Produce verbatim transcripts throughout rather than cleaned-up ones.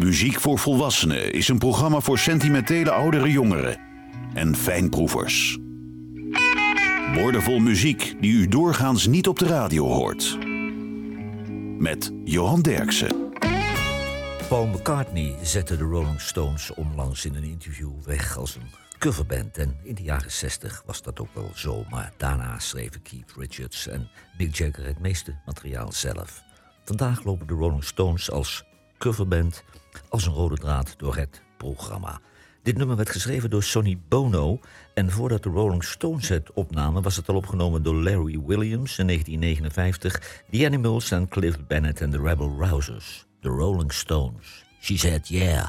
Muziek voor Volwassenen is een programma voor sentimentele oudere jongeren en fijnproevers. Woordenvol muziek die u doorgaans niet op de radio hoort. Met Johan Derksen. Paul McCartney zette de Rolling Stones onlangs in een interview weg als een coverband. En in de jaren zestig was dat ook wel zo. Maar daarna schreven Keith Richards en Mick Jagger het meeste materiaal zelf. Vandaag lopen de Rolling Stones als coverband als een rode draad door het programma. Dit nummer werd geschreven door Sonny Bono. En voordat de Rolling Stones het opnamen was het al opgenomen door Larry Williams in negentien negenenvijftig... The Animals en Cliff Bennett en de Rebel Rousers. The Rolling Stones. She said yeah.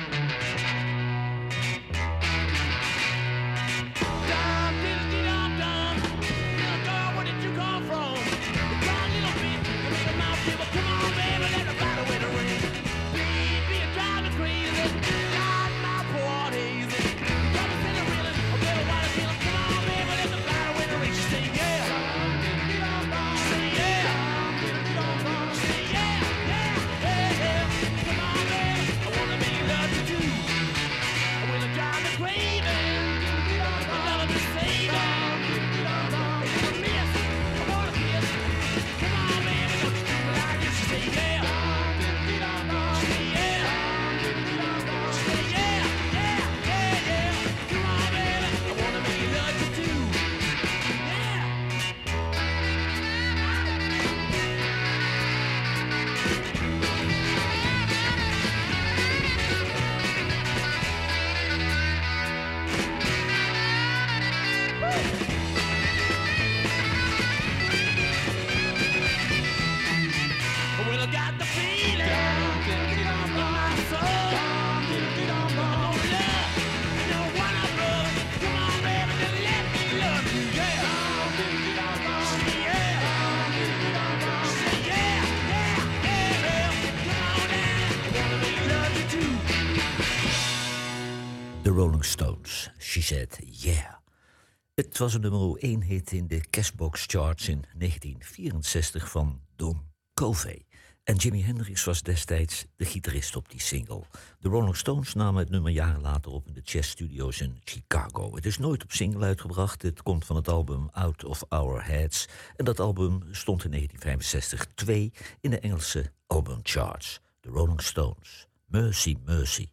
The Rolling Stones, She Said Yeah. Het was een nummer één hit in de Cashbox Charts in negentien vierenzestig van Don Covey. En Jimi Hendrix was destijds de gitarist op die single. De Rolling Stones namen het nummer jaren later op in de Chess Studios in Chicago. Het is nooit op single uitgebracht. Het komt van het album Out of Our Heads. En dat album stond in negentien vijfenzestig twee in de Engelse albumcharts. The Rolling Stones, Mercy Mercy.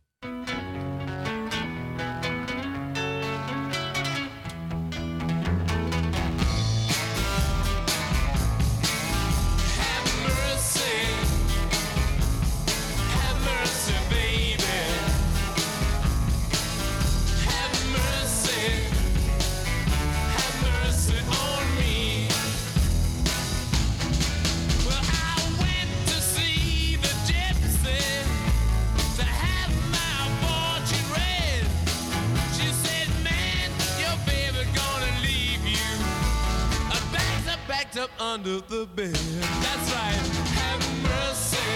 Up under the bed. That's right. Have mercy.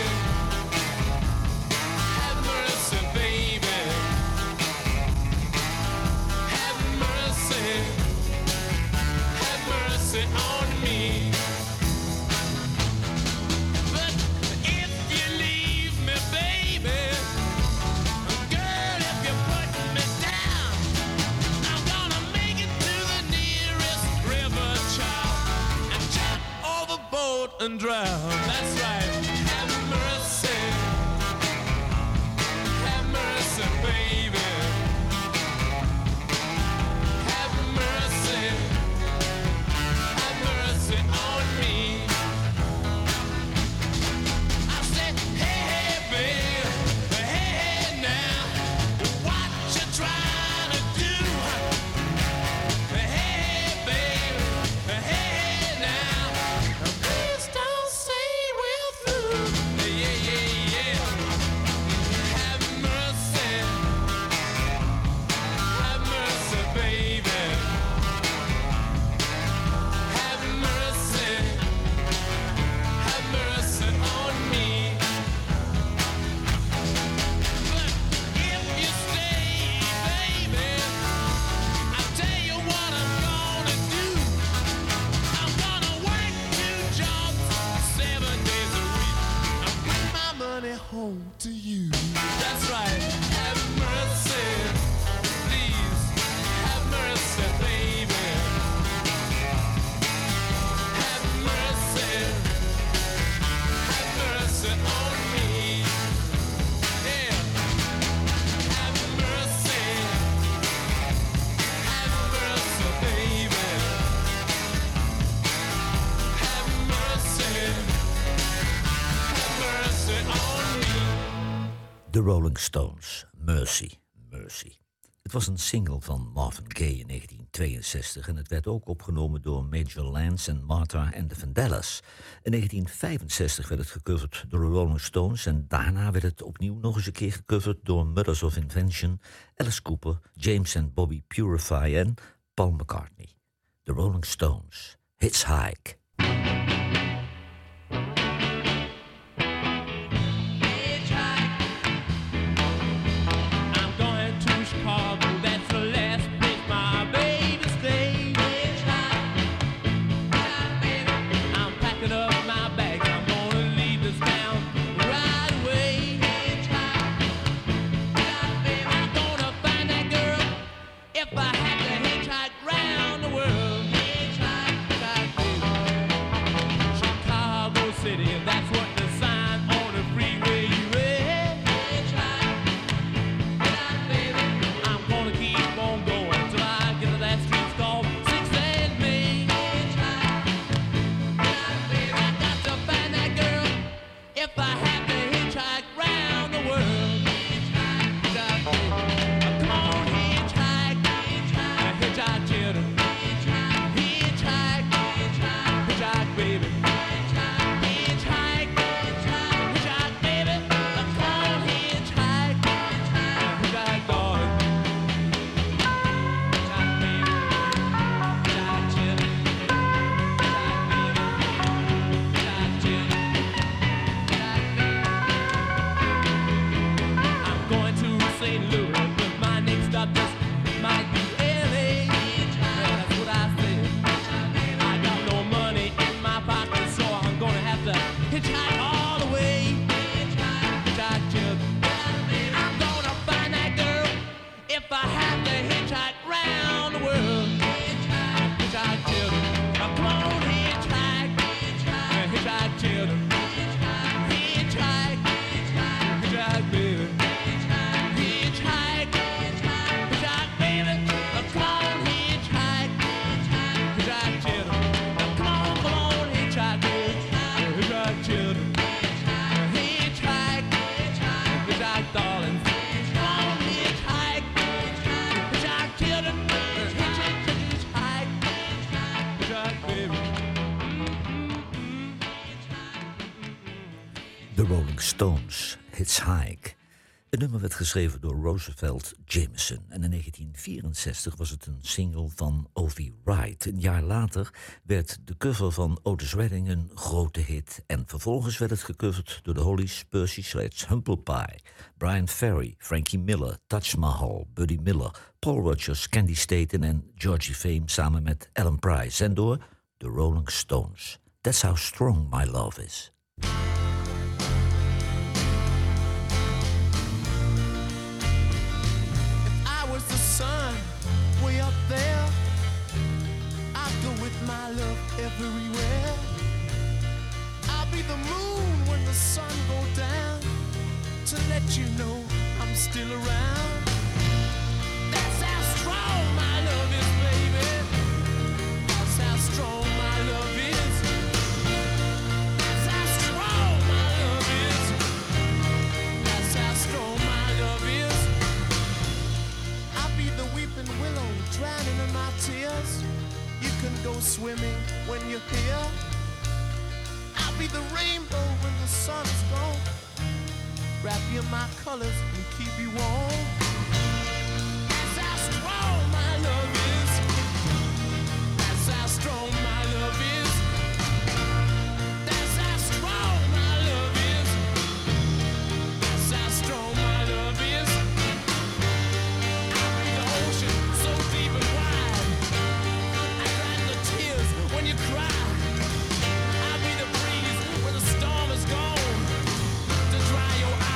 Have mercy, baby. Have mercy. Have mercy on me. But if you leave me, baby, girl, if you put me down, I'm gonna make it to the nearest river, child, and drown. That's right. Have mercy. Have mercy, baby. Have mercy. Have mercy on me. I said, hey, hey, baby. Hey, hey, now. What you trying to do? Hey, hey, baby. Hey, hey, now. Please don't say home to you. That's right. Have mercy, please. Have mercy, baby. Have mercy. Have mercy on me. Yeah. Have mercy. Have mercy, baby. Have mercy. Have mercy on me. The Rolling Stones, Mercy, Mercy. Het was een single van Marvin Gaye in negentien tweeënzestig en het werd ook opgenomen door Major Lance en Martha en de Vandellas. In negentien vijfenzestig werd het gecoverd door de Rolling Stones en daarna werd het opnieuw nog eens een keer gecoverd door Mothers of Invention, Alice Cooper, James and Bobby Purify en Paul McCartney. The Rolling Stones, Hitchhike. I'm going to Chicago, that's the last place my baby stays. I'm packing up my bags, I'm gonna leave this town right away. I'm gonna find that girl if I have to hitchhike round the world. Chicago City, that's what the sign on the freeway read. I'm gonna keep on going till I get to that street called sixth and Main. I got to find that girl if I have to hitchhike round the world. Come on, hitchhike, hitchhike, children. Hitchhike, hitchhike, baby. Hitchhike, hitchhike, baby. Come on, hitchhike, hitchhike, darling. Hitchhike, baby. Hitchhike, children. Hitchhike, baby. Hitchhike, children. Hitchhike, baby. I'm going to Saint Louis, but my next stop just might be L A. Yeah, that's what I said. I got no money in my pocket, so I'm gonna have to hitchhike all the way. Hitchhike, children. I'm gonna find that girl if I have to hitchhike round the world. Hitchhike, children. Now come on, hitchhike. Hitchhike, children. Hitchhike. Hitchhike, baby. Hitchhike. Hitchhike, baby. Now come on, hitchhike. Hitchhike, children. Now come on, come on, hitchhike, baby. Hitchhike, children. Hitchhike. Hitchhike, darling. Come on, hitchhike. Hitchhike, children. Hitchhike, hitchhike. Hitchhike, baby. The Rolling Stones, Hitchhike. Het nummer werd geschreven door Roosevelt Jameson en in negentien vierenzestig was het een single van Ovi Wright. Een jaar later werd de cover van Otis Redding een grote hit en vervolgens werd het gecoverd door de Hollies, Percy Sledge, Humble Pie, Brian Ferry, Frankie Miller, Taj Mahal, Buddy Miller, Paul Rodgers, Candy Staten en Georgie Fame samen met Alan Price en door de Rolling Stones. That's how strong my love is. I was the sun way up there. I'd go with my love everywhere. I'll be the moon when the sun goes down to let you know I'm still around. That's how strong my love is, baby. That's how strong my love is. That's how strong my love is. That's how strong my love is. I'll be the weeping willow drowning in my tears. You can go swimming when you're here. I'll be the rainbow when the sun is gone. Wrap you in my colors and keep you warm. That's how strong my love is. That's how strong my love is. That's how strong my love is. That's how strong my love is. I'll be the ocean so deep and wide. I dry the tears when you cry. I'll be the breeze when the storm is gone to dry your eyes.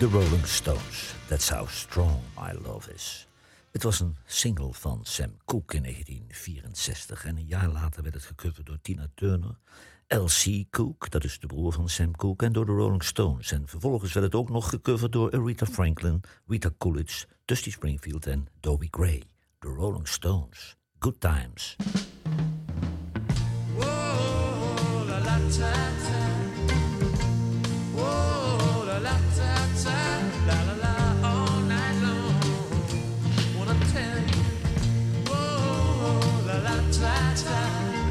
The Rolling Stones, That's How Strong My Love Is. Het was een single van Sam Cooke in negentien vierenzestig en een jaar later werd het gecoverd door Tina Turner, L C Cooke, dat is de broer van Sam Cooke, en door de Rolling Stones. En vervolgens werd het ook nog gecoverd door Aretha Franklin, Rita Coolidge, Dusty Springfield en Dobie Gray. The Rolling Stones, Good Times. Whoa, la la ta ta. Whoa, la la ta ta. La la la all night long. Wanna tell you. Whoa, la la ta ta.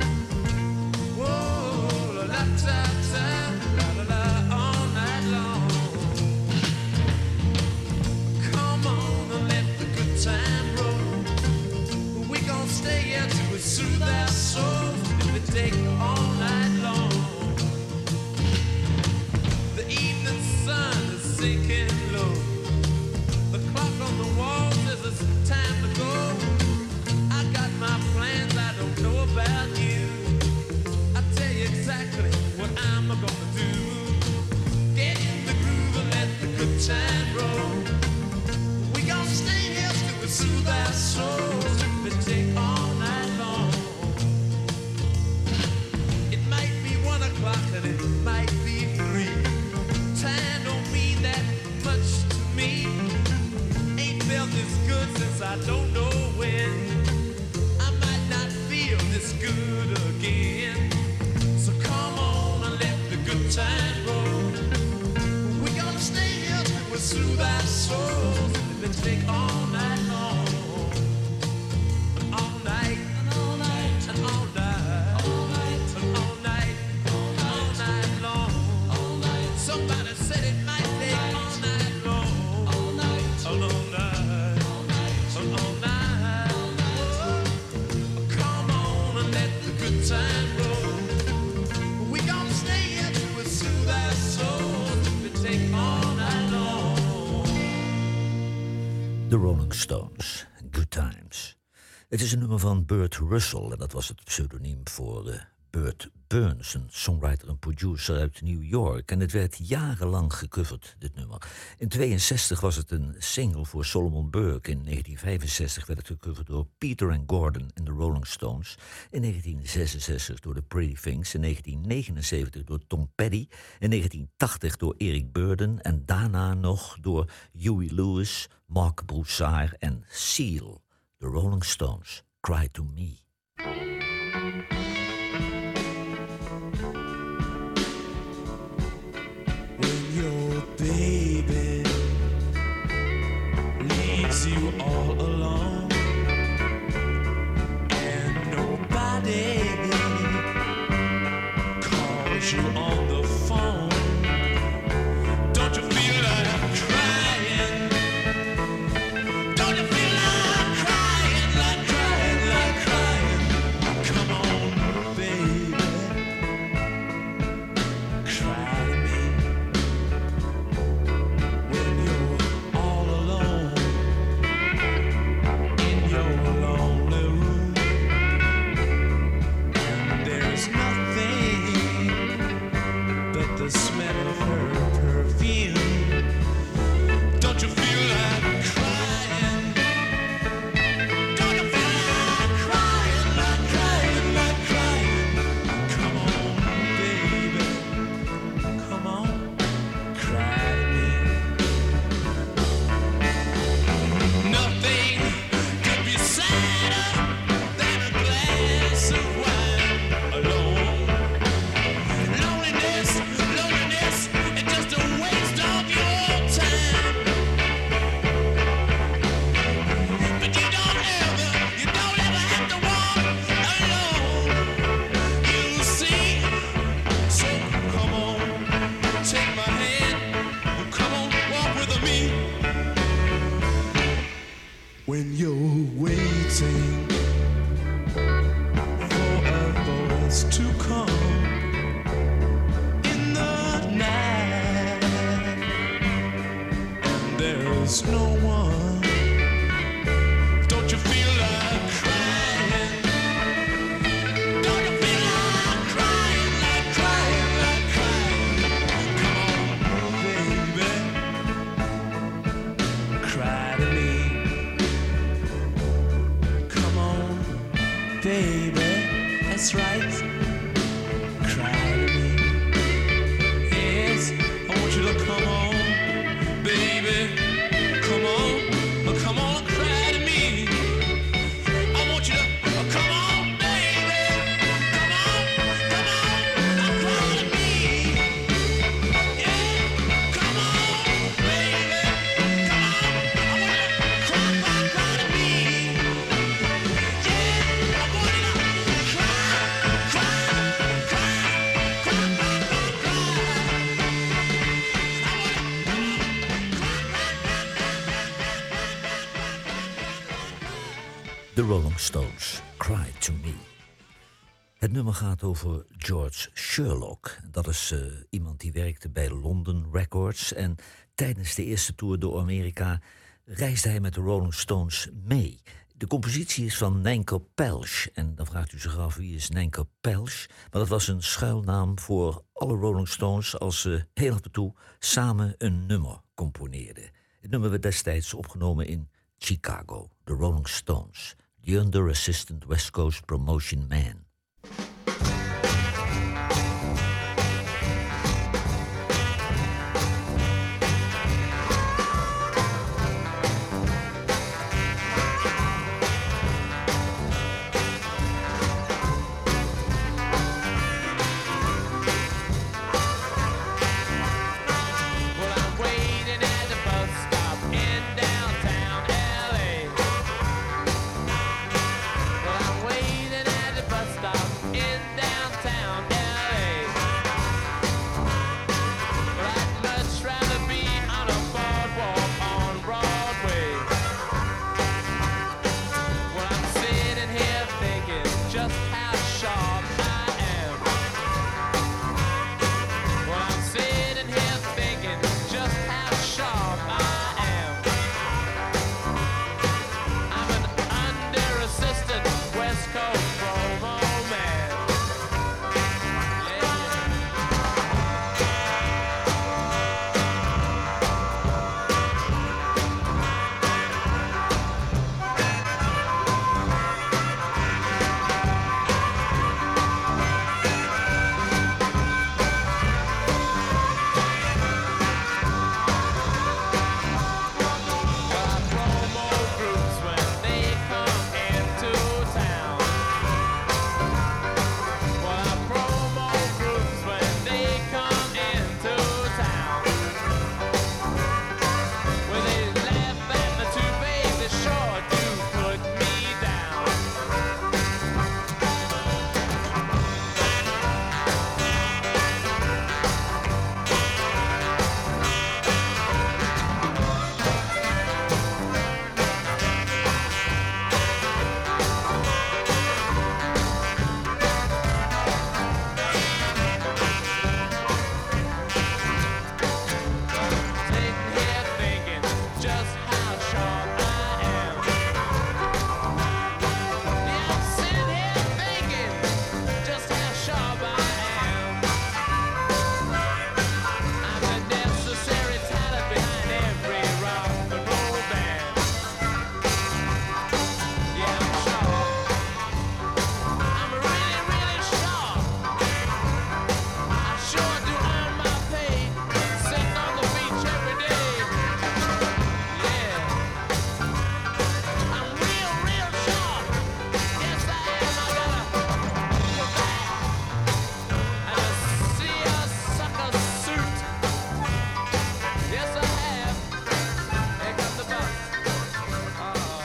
Whoa, la la ta ta. La la la all night long. Come on and let the good time roll. We gon' stay here till we soothe our souls. If it take all night long. The evening sun is sinking low. The clock on the wall says it's time to go. I got my plans, I don't know about you. I'll tell you exactly what I'm gonna do. Get in the groove and let the good time roll. We gon' stay here till we soothe our souls. If it take all night long. It might be one o'clock and it might be three. Time don't mean that much to me. Ain't felt this good since I don't know when. I might not feel this good again. So come on and let the good time roll. We gonna stay here till we soothe our souls. If it take all night long. And all night. And all night. And all night. All night. And all night. All night. All night long. All night. Somebody said it might take all night long. All night. All night. All night. And all night. All night. Come on and let the good time roll. We gonna stay here till we soothe our souls. If it take all night long. The Rolling Stones, Good Times. Het is een nummer van Burt Russell en dat was het pseudoniem voor uh, Burt Burns, een songwriter en producer uit New York. En het werd jarenlang gecoverd, dit nummer. In tweeënzestig was het een single voor Solomon Burke. In negentien vijfenzestig werd het gecoverd door Peter and Gordon en de Rolling Stones. In negentien zesenzestig door The Pretty Things. In negentien negenenzeventig door Tom Petty. In negentien tachtig door Eric Burdon. En daarna nog door Huey Lewis, Mark Broussard en Seal. The Rolling Stones, Cry to Me. When your baby leaves you all alone and nobody calls you on the phone, don't you feel like crying? Don't you feel like crying, like crying, like crying? Come on, baby, cry to me. When you're all alone in your lonely room and there's nothing but the smell of her perfume, don't you feel like crying? Don't you feel like crying, like crying, like crying? Come on, baby, come on, cry to me. Nothing could be sadder than a glass of wine alone. Loneliness, loneliness, it's just a waste of your time. But you don't ever, you don't ever have to walk alone. You see, so come on, take my hand, come on, walk with me. When you're waiting for a voice to come in the night and there's no one, don't you feel like crying? Don't you feel like crying, like crying, like crying? Come on, baby, baby, that's right. Cry to me. Yes, I want you to come on, baby. Come on, oh, come on and cry to me. I want you to oh, come on, baby. Come on, come on and cry to me. Yeah, come on, baby. Come on, I want you to cry, cry, cry to me. Yeah, I want you to cry, cry, cry, cry, cry, cry, cry. The Rolling Stones, Cry to Me. Het nummer gaat over George Sherlock. Dat is uh, iemand die werkte bij London Records. En tijdens de eerste tour door Amerika reisde hij met de Rolling Stones mee. De compositie is van Nanko Pelch. En dan vraagt u zich af, wie is Nanko Pelch? Maar dat was een schuilnaam voor alle Rolling Stones als ze heel af en toe samen een nummer componeerden. Het nummer werd destijds opgenomen in Chicago. The Rolling Stones, The Under Assistant West Coast Promotion Man. Well, I'm waiting at the bus stop in downtown L A. Well, I'm waiting at the bus stop in downtown L A. But I'd much rather be on a boardwalk on Broadway. Well, I'm sitting here thinking just how sharp I am. Well, I'm sitting here thinking just how sharp I am. I'm an under-assistant West Coast promo man. Yeah. Well, I promo groups when they come into town. Well, I promo groups when they come into town. Well, they laugh at me too, babe, they sure do put me down. Sitting here thinking just how sharp I am. Yeah, I'm sitting here thinking just how sharp I am. I'm the necessary talent behind every rock and roll band. Yeah, I'm sharp. I'm really, really sharp. I sure do earn my pay, sitting on the beach every day. Yeah, I'm real, real sharp. Yes, I am. I gotta go back and see a sucker suit. Yes, I have. Here comes the bus. Uh-oh.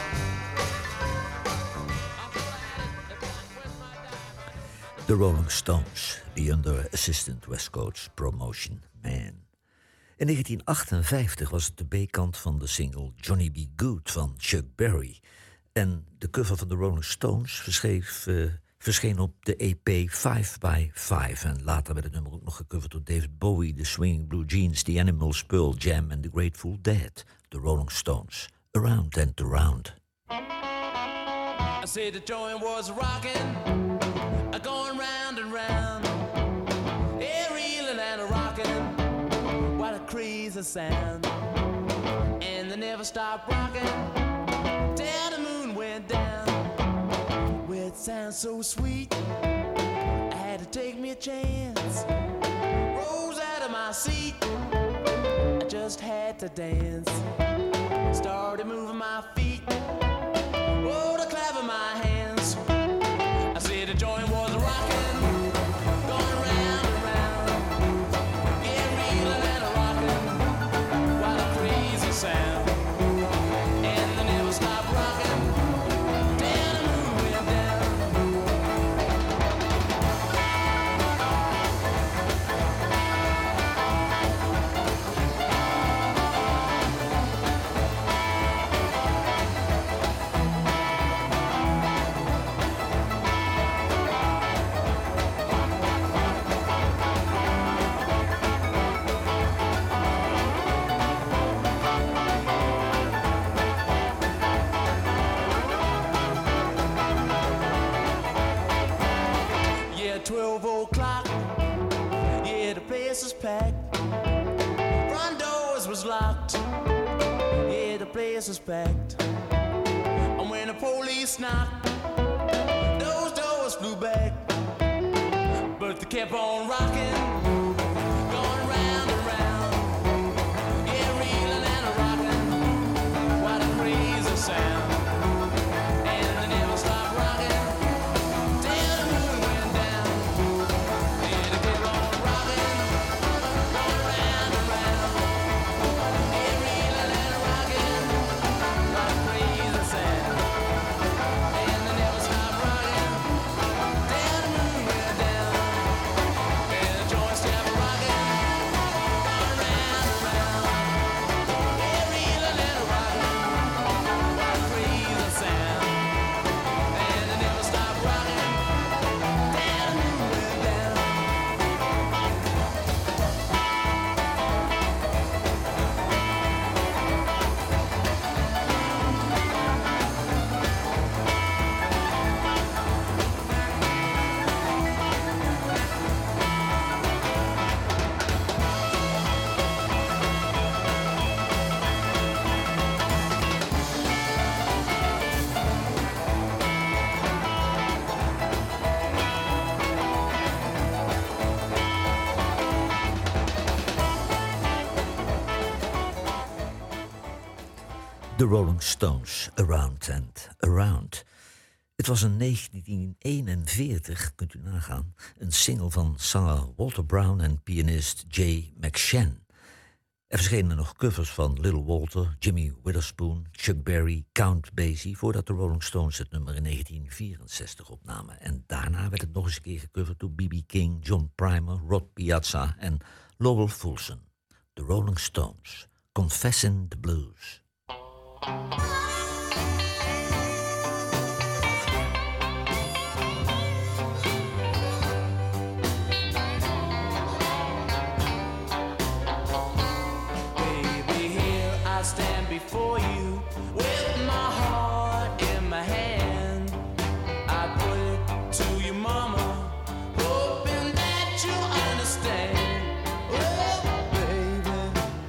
I'm glad it, where's my diamond? The Rolling Stones, The Under Assistant West Coast Promotion Man. In negentien achtenvijftig was het de B-kant van de single Johnny B. Good van Chuck Berry. En de cover van de Rolling Stones verschreef, eh, verscheen op de E P vijf by vijf. En later werd het nummer ook nog gecoverd door David Bowie, The Swinging Blue Jeans, The Animals, Pearl Jam en The Grateful Dead. The Rolling Stones, Around and Around. I said the joint was rocking, a going round and round, yeah, reeling and a rocking, what a crazy sound. And they never stopped rocking till the moon went down. Well, it sounds so sweet. I had to take me a chance. Rose out of my seat. I just had to dance. Started moving my feet. Oh, the clap of my hands. I said the joint was rocking, going round and round. Yeah, reeling and a rocking, what a crazy sound. And they never stopped rocking, down and moving down. twelve o'clock, yeah, the place was packed. Front doors was locked, yeah, the place was packed. And when the police knocked, those doors flew back. But they kept on rocking, going round and round. Yeah, reeling and a rocking, what a crazy sound. And they never stopped rocking. The Rolling Stones, Around and Around. Het was in negentien eenenveertig, kunt u nagaan, een single van zanger Walter Brown en pianist Jay McShann. Er verschenen nog covers van Little Walter, Jimmy Witherspoon, Chuck Berry, Count Basie, voordat de Rolling Stones het nummer in negentien vierenzestig opnamen. En daarna werd het nog eens een keer gecoverd door B B King, John Primer, Rod Piazza en Lowell Fulson. The Rolling Stones, Confessing the Blues. Baby, here I stand before you with my heart in my hand. I put it to your mama, hoping that you understand. Oh, baby,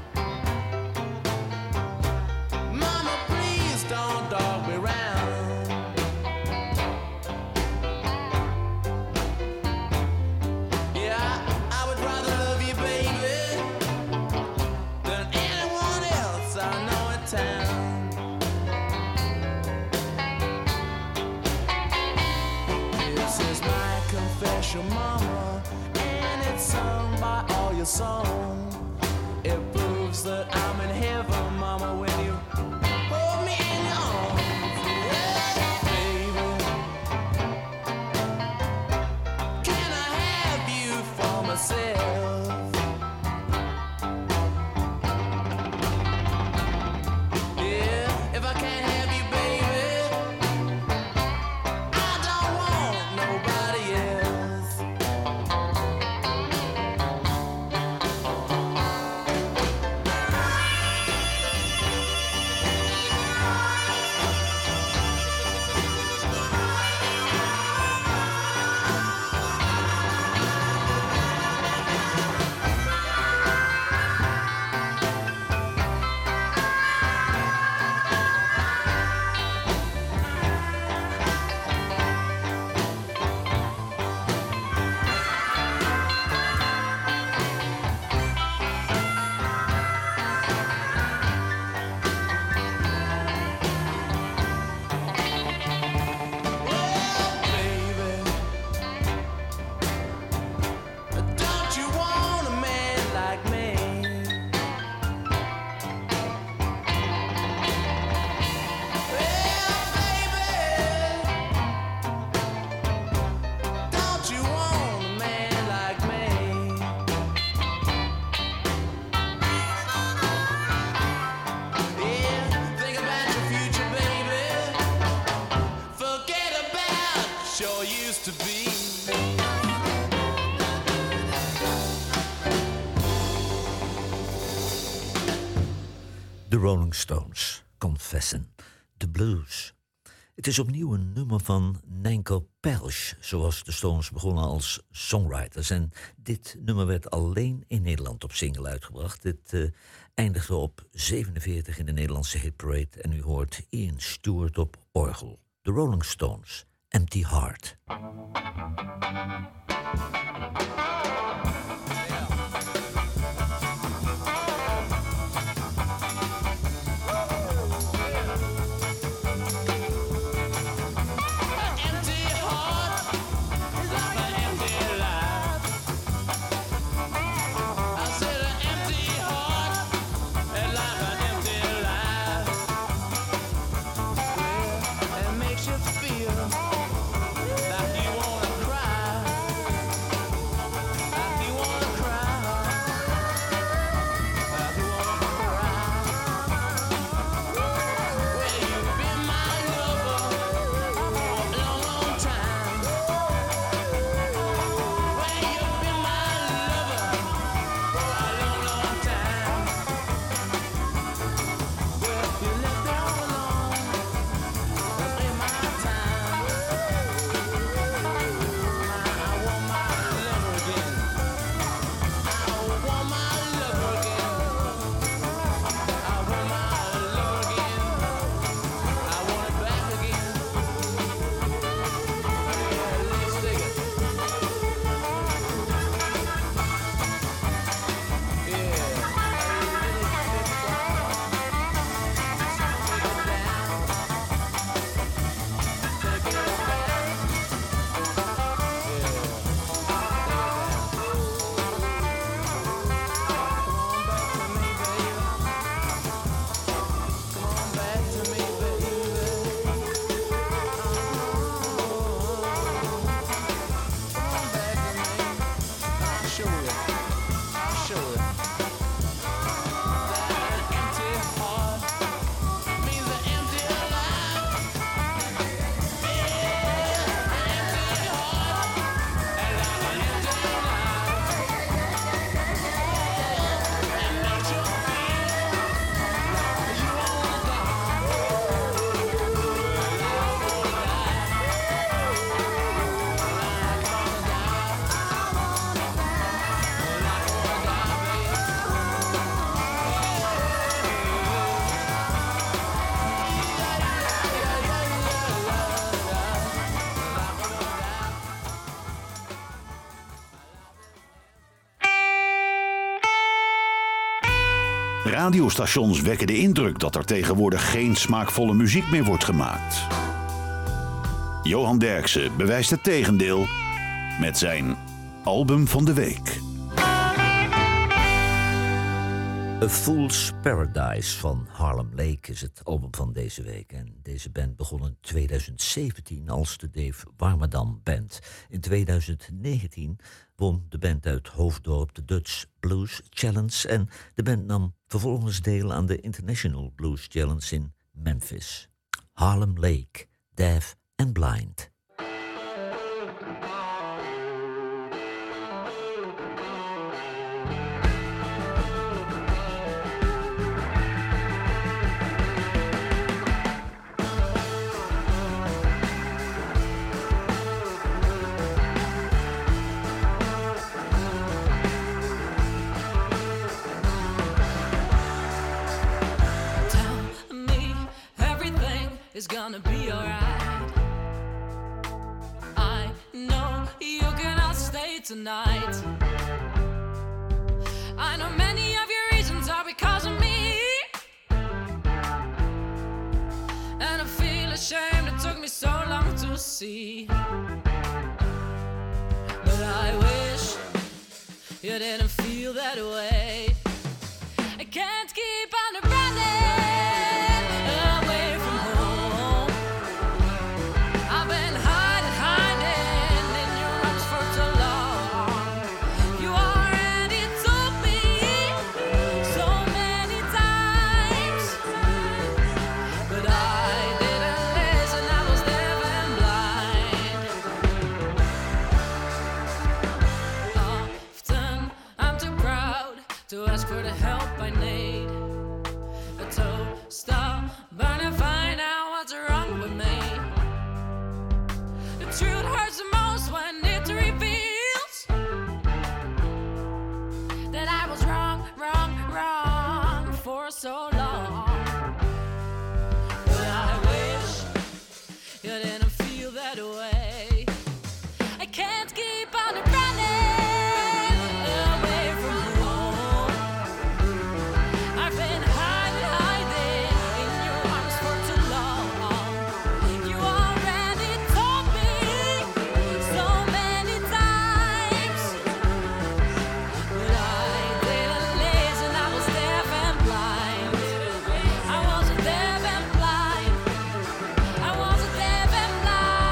mama, please don't dog me round. Yeah, I, I would rather love you, baby, than anyone else I know in town. This is my confession, mama, and it's sung by all your song. It proves that I'm in heaven, mama, when you hold me in your arms. Yeah, baby, can I have you for myself? Yeah, if I can't have you, baby, I don't want nobody else. to be. The Rolling Stones, Confessin', The Blues. Het is opnieuw een nummer van Nanko Pelch, zoals de Stones begonnen als songwriters. En dit nummer werd alleen in Nederland op single uitgebracht. Dit uh, eindigde op zevenenveertig in de Nederlandse hitparade. En u hoort Ian Stewart op orgel. The Rolling Stones, Empty Heart. Radiostations wekken de indruk dat er tegenwoordig geen smaakvolle muziek meer wordt gemaakt. Johan Derksen bewijst het tegendeel met zijn album van de week. A Fool's Paradise van Harlem Lake is het album van deze week. En deze band begon in tweeduizend zeventien als de Dave Warmerdam Band. In tweeduizend negentien won de band uit Hoofddorp de Dutch Blues Challenge. En de band nam vervolgens deel aan de International Blues Challenge in Memphis. Harlem Lake, Deaf and Blind. It's gonna be alright. I know you cannot stay tonight. I know many of your reasons are because of me, and I feel ashamed it took me so long to see. But I wish you didn't feel that way. I can't keep on running away from home. I've been hiding, hiding in your arms for too long. You already told me so many times, but I didn't listen. I was deaf and blind. for so long. But I wish you didn't feel that way. I can't keep on running away from home. I've been hiding, hiding in your arms for too long. You already told me so many times, but I didn't listen. I was deaf and blind. I was deaf and blind. I was deaf and blind.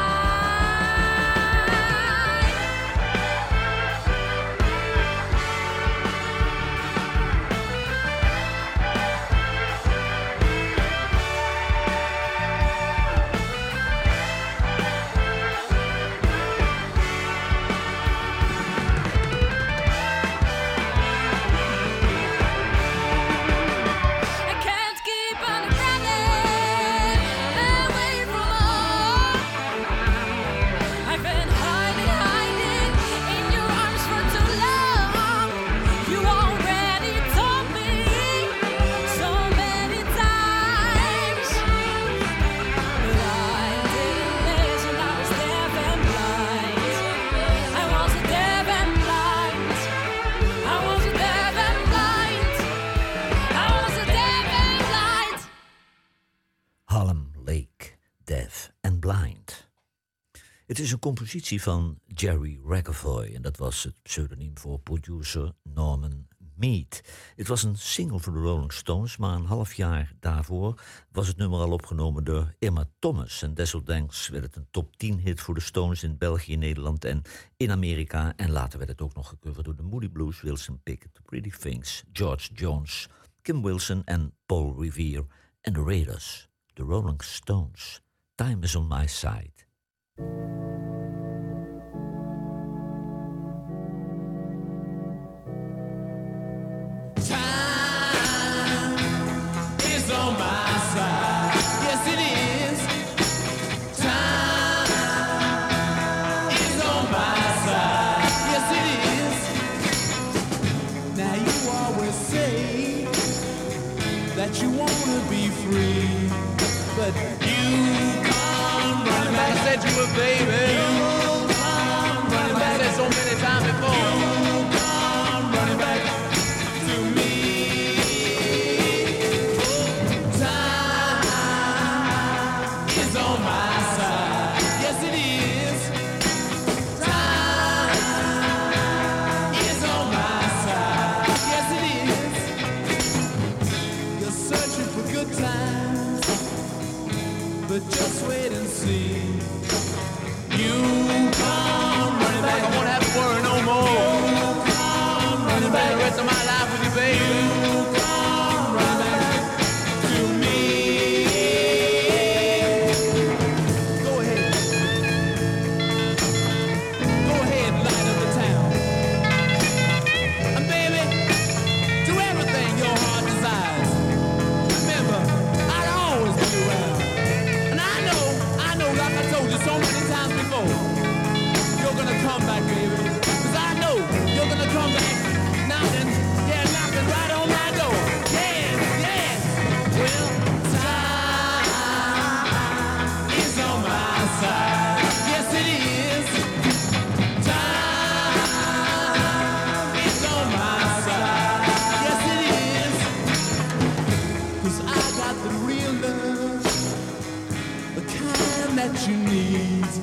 I can't keep on running away from home. I've been hiding, hiding in your arms for too long. You already told me so many times, but I didn't listen. I was deaf and blind. I was deaf and blind. I was deaf and blind. I was deaf and blind. Harlem Lake, Deaf and Blind. Het is een compositie van Jerry Ragavoy en dat was het pseudoniem voor producer Norman Mead. Het was een single voor de Rolling Stones, maar een half jaar daarvoor was het nummer al opgenomen door Irma Thomas. En desondanks werd het een top tien hit voor de Stones in België, Nederland en in Amerika. En later werd het ook nog gecoverd door de Moody Blues, Wilson Pickett, The Pretty Things, George Jones, Kim Wilson en Paul Revere en de Raiders, de Rolling Stones. Time is on my side. It's on my side. Yes, it is. Time is on my side. Yes, it is. Now you always say that you wanna be free, but you come running back. I said you were baby. You come running back. I said so many times before. You come running back to me. On my side, yes it is. Time is on my side, yes it is. You're searching for good times, but just wait and see. You come running back, I won't have to worry no more. You come running back, the rest of my life with you, baby. You come running back to me. So many times before, you're gonna come back, baby. Cause I know you're gonna come back knocking, yeah, knocking right on my door. Yes, yes. Well, time is on my side. Yes, it is. Time is on my side. Yes, it is. Cause I got the real love, the kind that you need.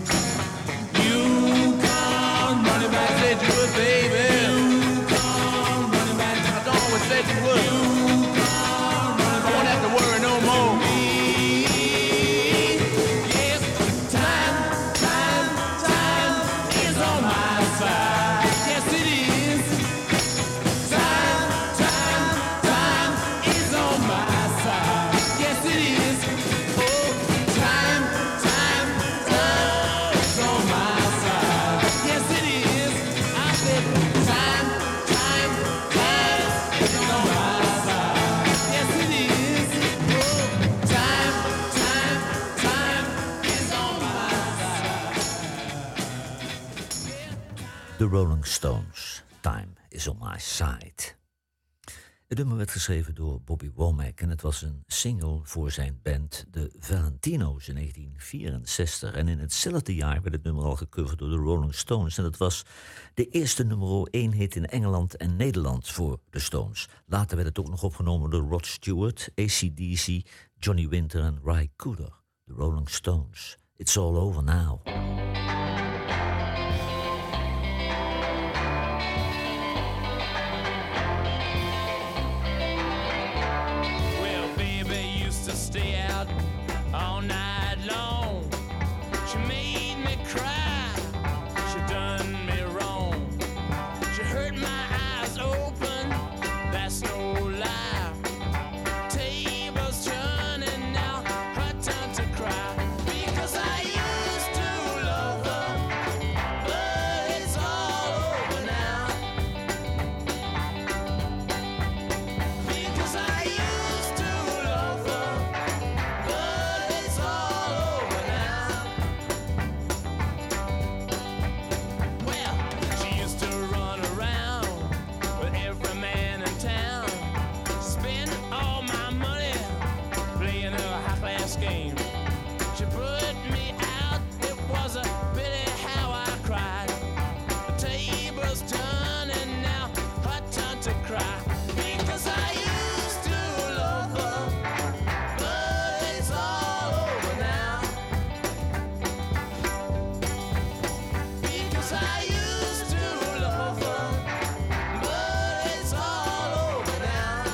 You come running back, said you would, baby. You come running back, I always said you would. You come running back, I won't have to worry no more. Yes, time, time, time is on my side. Yes, it is. Time, time, time is on my side. Yes, it is. Oh, time, time, time is on my side. Yes, it is. I said time, time, time is on my side. Yes, it is. Oh, time, time, time is on my side. The Rolling Stones, Time is on my side. Het nummer werd geschreven door Bobby Womack en het was een single voor zijn band de Valentino's in negentien vierenzestig. En in hetzelfde jaar werd het nummer al gecoverd door de Rolling Stones. En dat was de eerste nummer één hit in Engeland en Nederland voor de Stones. Later werd het ook nog opgenomen door Rod Stewart, A C D C, Johnny Winter en Ry Cooder. De Rolling Stones. It's all over now. Stay out all night long. She made me cry. She done me wrong. She hurt my eyes open. That's no lie. Tables turning now. Her time to cry. Because I used to love her, but it's all over now. Because I used to love her. Game. She put me out, it was a pity how I cried. The table's turning now, her turn to cry. Because I used to love her, but it's all over now. Because I used to love her, but it's all over now.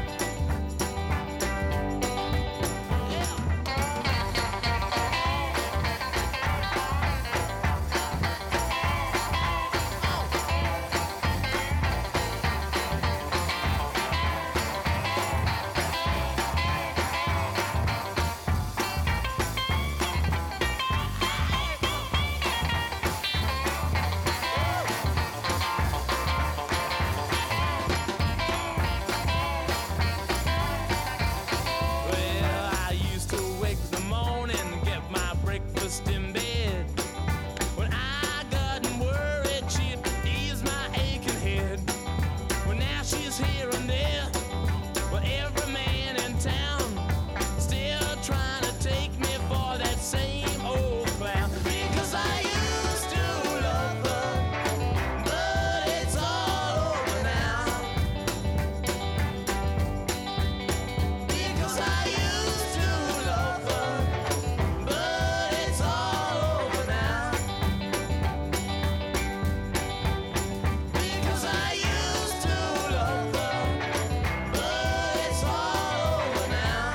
In bed, when I got worried, she'd ease my aching head. Well, now she's here and there, but every man in town still trying to take me for that same old clown. Because I used to love her, but it's all over now. Because I used to love her, but it's all over now. Because I used to love her, but it's all over now.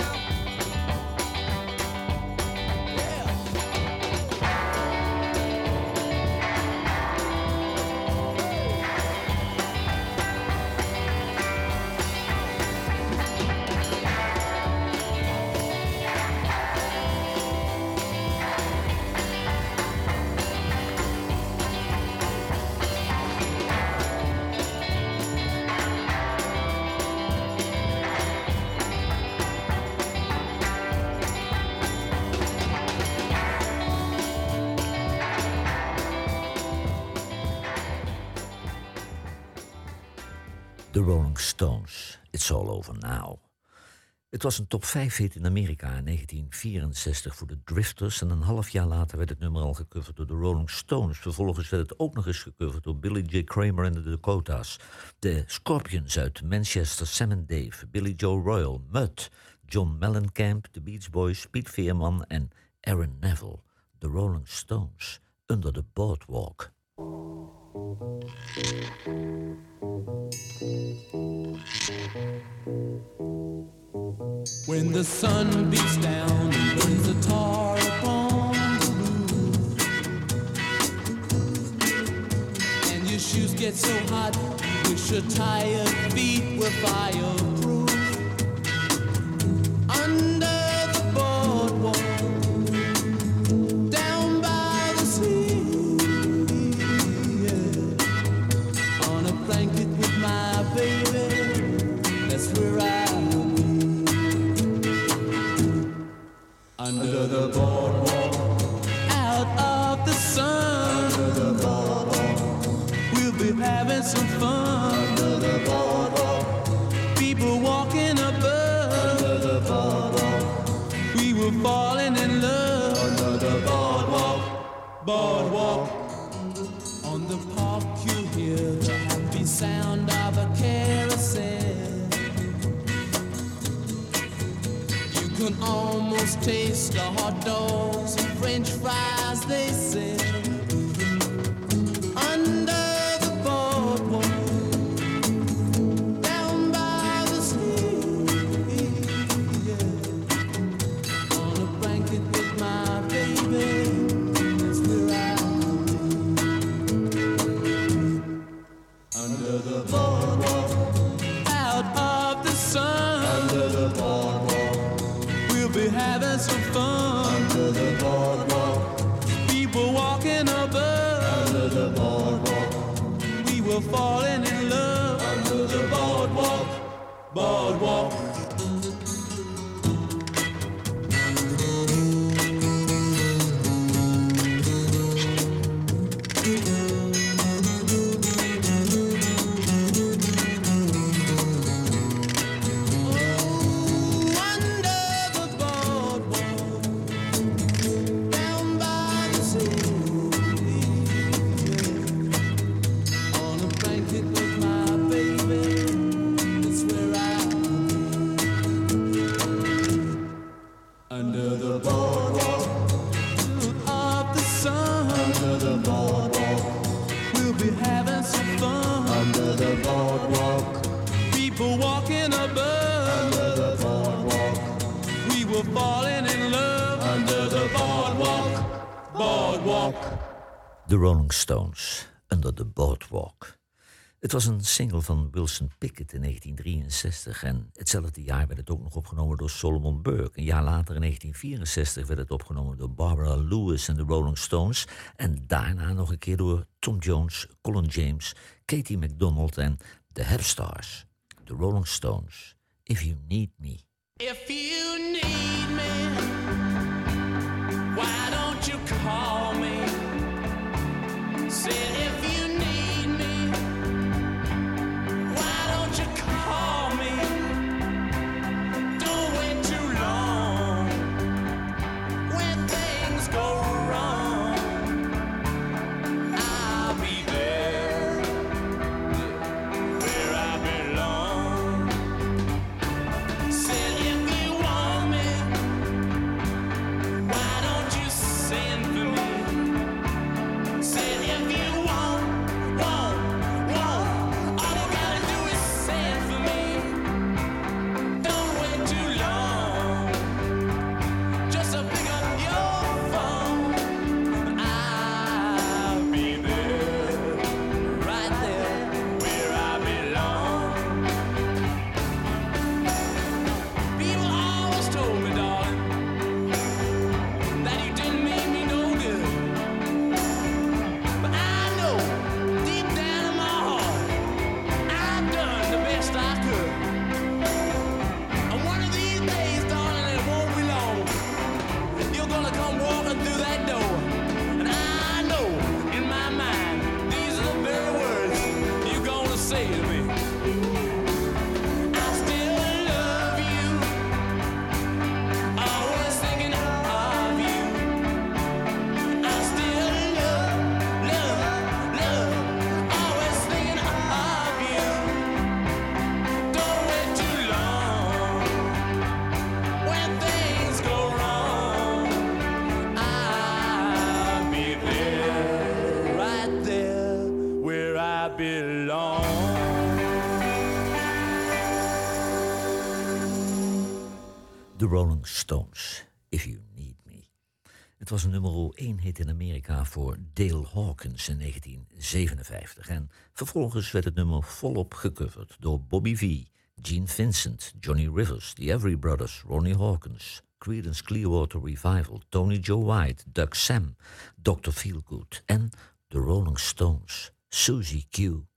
The Rolling Stones, It's All Over Now. Het was een top vijf hit in Amerika in negentien vierenzestig voor de Drifters en een half jaar later werd het nummer al gecoverd door de Rolling Stones. Vervolgens werd het ook nog eens gecoverd door Billy J. Kramer en de Dakotas, de Scorpions uit Manchester, Sam and Dave, Billy Joe Royal, Mutt, John Mellencamp, The Beach Boys, Piet Veerman en Aaron Neville. The Rolling Stones, Under the Boardwalk. When the sun beats down and burns the tar upon the roof, and your shoes get so hot, you wish your tired feet were fireproof. Under the boardwalk, down by the sea, yeah. On a blanket with my baby, that's where I'll be. Under the boardwalk, out of the sun. Under the boardwalk, we'll be having some fun. Under the boardwalk, people boardwalk. On the park you hear the happy sound of a carousel. You can almost taste the hot dogs and French fries they sell. Under the boardwalk, down by the sea, yeah. On a blanket with my baby, that's where I'll be. Under the boardwalk, out of the sun. Under the boardwalk, we'll be having some fun. Under the boardwalk, people walking above. Under the boardwalk, we were falling in love. Under the boardwalk, boardwalk. The Rolling Stones, Under the Boardwalk. Het was een single van Wilson Pickett in negentien drieënzestig... en hetzelfde jaar werd het ook nog opgenomen door Solomon Burke. Een jaar later, in negentien vierenzestig, werd het opgenomen door Barbara Lewis en de Rolling Stones... en daarna nog een keer door Tom Jones, Colin James, Katie MacDonald en The Hepstars. The Rolling Stones, If You Need Me. If you need me, why don't you call me? Say if you need me, why don't you call me? Don't wait too long when things go wrong. I'll be there where I belong. Say if you want me, why don't you send for me? Say if you want, want, want, all you gotta do is send for me. Don't wait too long, just to pick up your phone. I'll be there, right there, where I belong. People always told me, darling, that you didn't mean me no good. But I know, deep down in my heart, I've done the best I could. And one of these days, darling, it won't be long, you're gonna come walking through that door. And I know, in my mind, these are the very words you're gonna say to me. I still love you, always thinking of you. I still love, love, love, always thinking of you. Don't wait too long when things go wrong. I'll be there, right there, where I belong. The Rolling Stones, If You Need Me. Het was een nummer één hit in Amerika voor Dale Hawkins in negentien zevenenvijftig. En vervolgens werd het nummer volop gecoverd door Bobby V, Gene Vincent, Johnny Rivers, The Everly Brothers, Ronnie Hawkins, Creedence Clearwater Revival, Tony Joe White, Doug Sam, doctor Feelgood en The Rolling Stones, Susie Q.